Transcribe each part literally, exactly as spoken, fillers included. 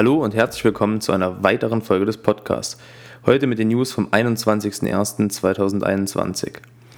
Hallo und herzlich willkommen zu einer weiteren Folge des Podcasts. Heute mit den News vom einundzwanzigsten ersten zweitausendeinundzwanzig.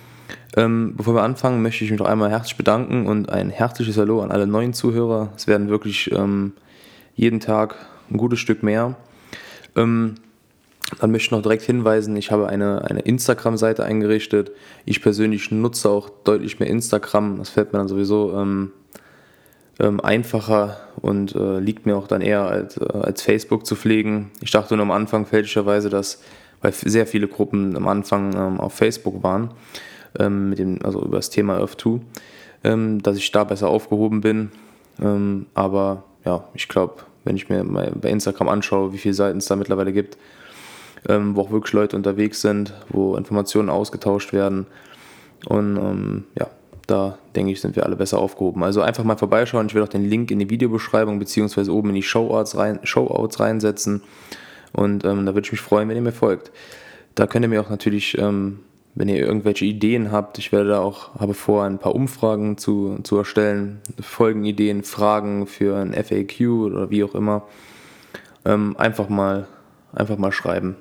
Ähm, bevor wir anfangen, möchte ich mich noch einmal herzlich bedanken und ein herzliches Hallo an alle neuen Zuhörer. Es werden wirklich ähm, jeden Tag ein gutes Stück mehr. Ähm, dann möchte ich noch direkt hinweisen, ich habe eine, eine Instagram-Seite eingerichtet. Ich persönlich nutze auch deutlich mehr Instagram. Das fällt mir dann sowieso ähm, ähm, einfacher und äh, liegt mir auch dann eher als, äh, als Facebook zu pflegen. Ich dachte nur am Anfang fälschlicherweise, dass, weil sehr viele Gruppen am Anfang ähm, auf Facebook waren, ähm, mit dem, also über das Thema Earth zwei, ähm, dass ich da besser aufgehoben bin. Ähm, aber ja, ich glaube, wenn ich mir mal bei Instagram anschaue, wie viele Seiten es da mittlerweile gibt, ähm, wo auch wirklich Leute unterwegs sind, wo Informationen ausgetauscht werden. Und ähm, ja, da denke ich, sind wir alle besser aufgehoben. Also einfach mal vorbeischauen. Ich werde auch den Link in die Videobeschreibung bzw. oben in die Showouts, rein, Showouts reinsetzen. Und ähm, da würde ich mich freuen, wenn ihr mir folgt. Da könnt ihr mir auch natürlich, ähm, wenn ihr irgendwelche Ideen habt, ich werde da auch, habe vor, ein paar Umfragen zu, zu erstellen, Folgenideen, Fragen für ein F A Q oder wie auch immer. Ähm, einfach mal, einfach mal schreiben.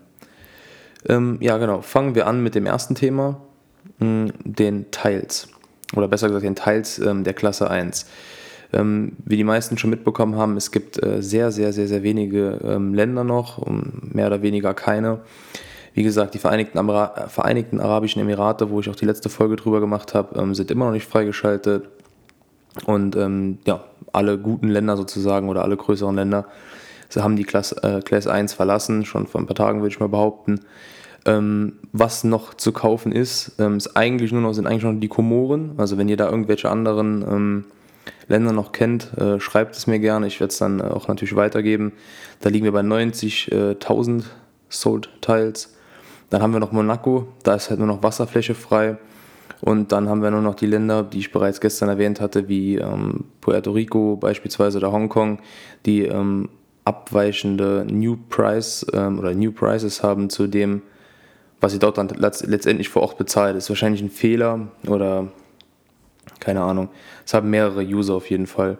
Ähm, ja, genau. Fangen wir an mit dem ersten Thema, mh, den Tiles. Oder besser gesagt den Tiles ähm, der Klasse eins. Ähm, wie die meisten schon mitbekommen haben, es gibt äh, sehr, sehr, sehr, sehr wenige ähm, Länder noch, um, mehr oder weniger keine. Wie gesagt, die Vereinigten, Amra- Vereinigten Arabischen Emirate, wo ich auch die letzte Folge drüber gemacht habe, ähm, sind immer noch nicht freigeschaltet. Und ähm, ja, alle guten Länder sozusagen oder alle größeren Länder, sie haben die Klasse, äh, Class eins verlassen, schon vor ein paar Tagen würde ich mal behaupten. Ähm, was noch zu kaufen ist, ähm, ist eigentlich nur noch, sind eigentlich noch die Komoren. Also wenn ihr da irgendwelche anderen ähm, Länder noch kennt, äh, schreibt es mir gerne. Ich werde es dann auch natürlich weitergeben. Da liegen wir bei neunzigtausend Sold Tiles. Dann haben wir noch Monaco, da ist halt nur noch Wasserfläche frei. Und dann haben wir nur noch die Länder, die ich bereits gestern erwähnt hatte, wie ähm, Puerto Rico beispielsweise oder Hongkong, die ähm, abweichende New Price ähm, oder New Prices haben zu dem, was sie dort dann letztendlich vor Ort bezahlt. Ist wahrscheinlich ein Fehler oder keine Ahnung. Es haben mehrere User auf jeden Fall.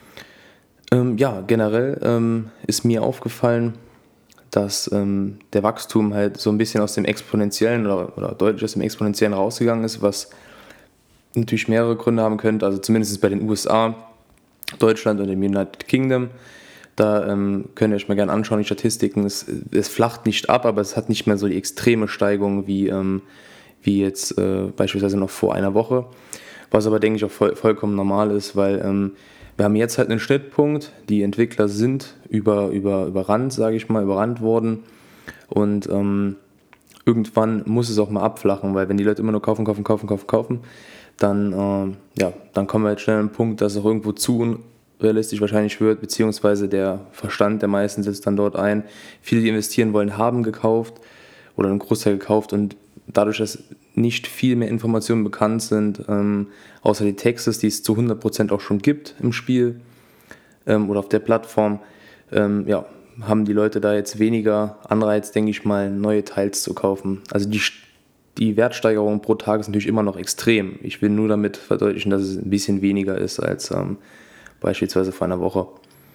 Ähm, ja, generell ähm, ist mir aufgefallen, dass ähm, der Wachstum halt so ein bisschen aus dem Exponentiellen oder, oder deutlich aus dem Exponentiellen rausgegangen ist, was natürlich mehrere Gründe haben könnte. Also zumindest bei den U S A, Deutschland und dem United Kingdom. Da ähm, könnt ihr euch mal gerne anschauen, die Statistiken. Es, es flacht nicht ab, aber es hat nicht mehr so die extreme Steigung wie, ähm, wie jetzt äh, beispielsweise noch vor einer Woche. Was aber, denke ich, auch voll, vollkommen normal ist, weil ähm, wir haben jetzt halt einen Schnittpunkt. Die Entwickler sind über, über, überrannt, sage ich mal, überrannt worden. Und ähm, irgendwann muss es auch mal abflachen, weil wenn die Leute immer nur kaufen, kaufen, kaufen, kaufen, kaufen, dann, äh, ja, dann kommen wir jetzt schnell an den Punkt, dass es auch irgendwo zu realistisch wahrscheinlich wird, beziehungsweise der Verstand der meisten setzt dann dort ein. Viele, die investieren wollen, haben gekauft oder einen Großteil gekauft und dadurch, dass nicht viel mehr Informationen bekannt sind, ähm, außer die Texte, die es zu hundert Prozent auch schon gibt im Spiel ähm, oder auf der Plattform, ähm, ja, haben die Leute da jetzt weniger Anreiz, denke ich mal, neue Teils zu kaufen. Also die, die Wertsteigerung pro Tag ist natürlich immer noch extrem. Ich will nur damit verdeutlichen, dass es ein bisschen weniger ist als ähm, beispielsweise vor einer Woche.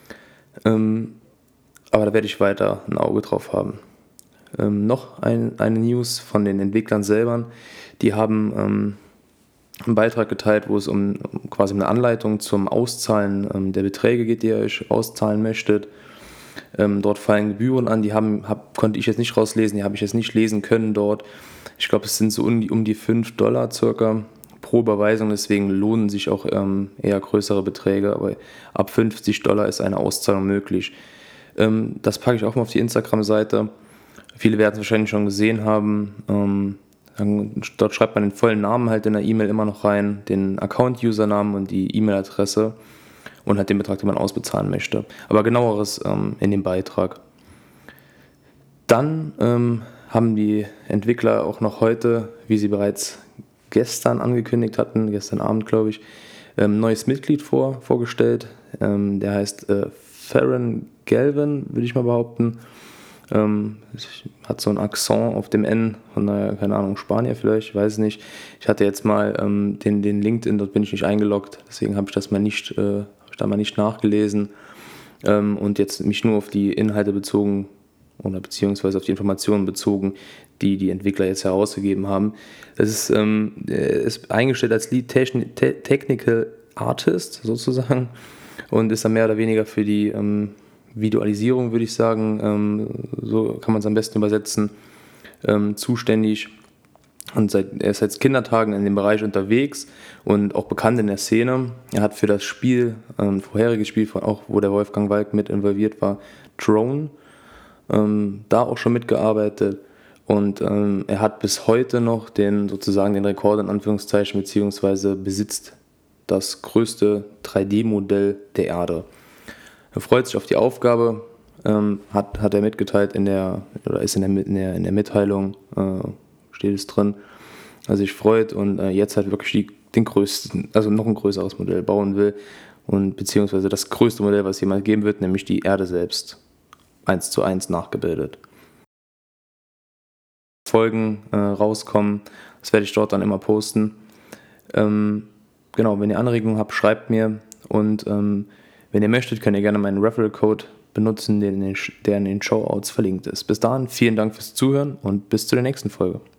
Ähm, aber da werde ich weiter ein Auge drauf haben. Ähm, noch ein, eine News von den Entwicklern selber. Die haben ähm, einen Beitrag geteilt, wo es um, um quasi eine Anleitung zum Auszahlen ähm, der Beträge geht, die ihr euch auszahlen möchtet. Ähm, dort fallen Gebühren an, die haben, hab, konnte ich jetzt nicht rauslesen, die habe ich jetzt nicht lesen können dort. Ich glaube, es sind so um die, um die fünf Dollar circa pro Überweisung, deswegen lohnen sich auch ähm, eher größere Beträge, aber ab fünfzig Dollar ist eine Auszahlung möglich. Ähm, das packe ich auch mal auf die Instagram-Seite. Viele werden es wahrscheinlich schon gesehen haben. Ähm, dann, dort schreibt man den vollen Namen halt in der E-Mail immer noch rein, den Account-Usernamen und die E-Mail-Adresse und halt den Betrag, den man ausbezahlen möchte. Aber genaueres ähm, in dem Beitrag. Dann ähm, haben die Entwickler auch noch heute, wie sie bereits gestern angekündigt hatten, gestern Abend glaube ich, ein ähm, neues Mitglied vor, vorgestellt. Ähm, der heißt äh, Farron Galvin, würde ich mal behaupten. Ähm, hat so einen Akzent auf dem N, von daher, keine Ahnung, Spanier vielleicht, ich weiß es nicht. Ich hatte jetzt mal ähm, den, den LinkedIn, dort bin ich nicht eingeloggt, deswegen habe ich das mal nicht, äh, hab ich da mal nicht nachgelesen. ähm, und jetzt mich nur auf die Inhalte bezogen oder beziehungsweise auf die Informationen bezogen, die die Entwickler jetzt herausgegeben haben. Es ist, ähm, ist eingestellt als Lead Technical Artist sozusagen und ist dann mehr oder weniger für die ähm, Visualisierung, würde ich sagen, ähm, so kann man es am besten übersetzen, ähm, zuständig. Und seit, er ist seit Kindertagen in dem Bereich unterwegs und auch bekannt in der Szene. Er hat für das Spiel, ein ähm, vorheriges Spiel, von, auch wo der Wolfgang Walk mit involviert war, Drone, ähm, da auch schon mitgearbeitet. Und ähm, er hat bis heute noch den sozusagen den Rekord in Anführungszeichen, beziehungsweise besitzt das größte drei D-Modell der Erde. Er freut sich auf die Aufgabe, ähm, hat, hat er mitgeteilt in der, oder ist in der, in der, in der Mitteilung, äh, steht es drin, also sich freut und äh, jetzt halt wirklich die, den größten, also noch ein größeres Modell bauen will und beziehungsweise das größte Modell, was es jemals geben wird, nämlich die Erde selbst, eins zu eins nachgebildet. Folgen äh, rauskommen, das werde ich dort dann immer posten. Ähm, genau, wenn ihr Anregungen habt, schreibt mir und ähm, wenn ihr möchtet, könnt ihr gerne meinen Referral-Code benutzen, der in den Showouts verlinkt ist. Bis dahin, vielen Dank fürs Zuhören und bis zur nächsten Folge.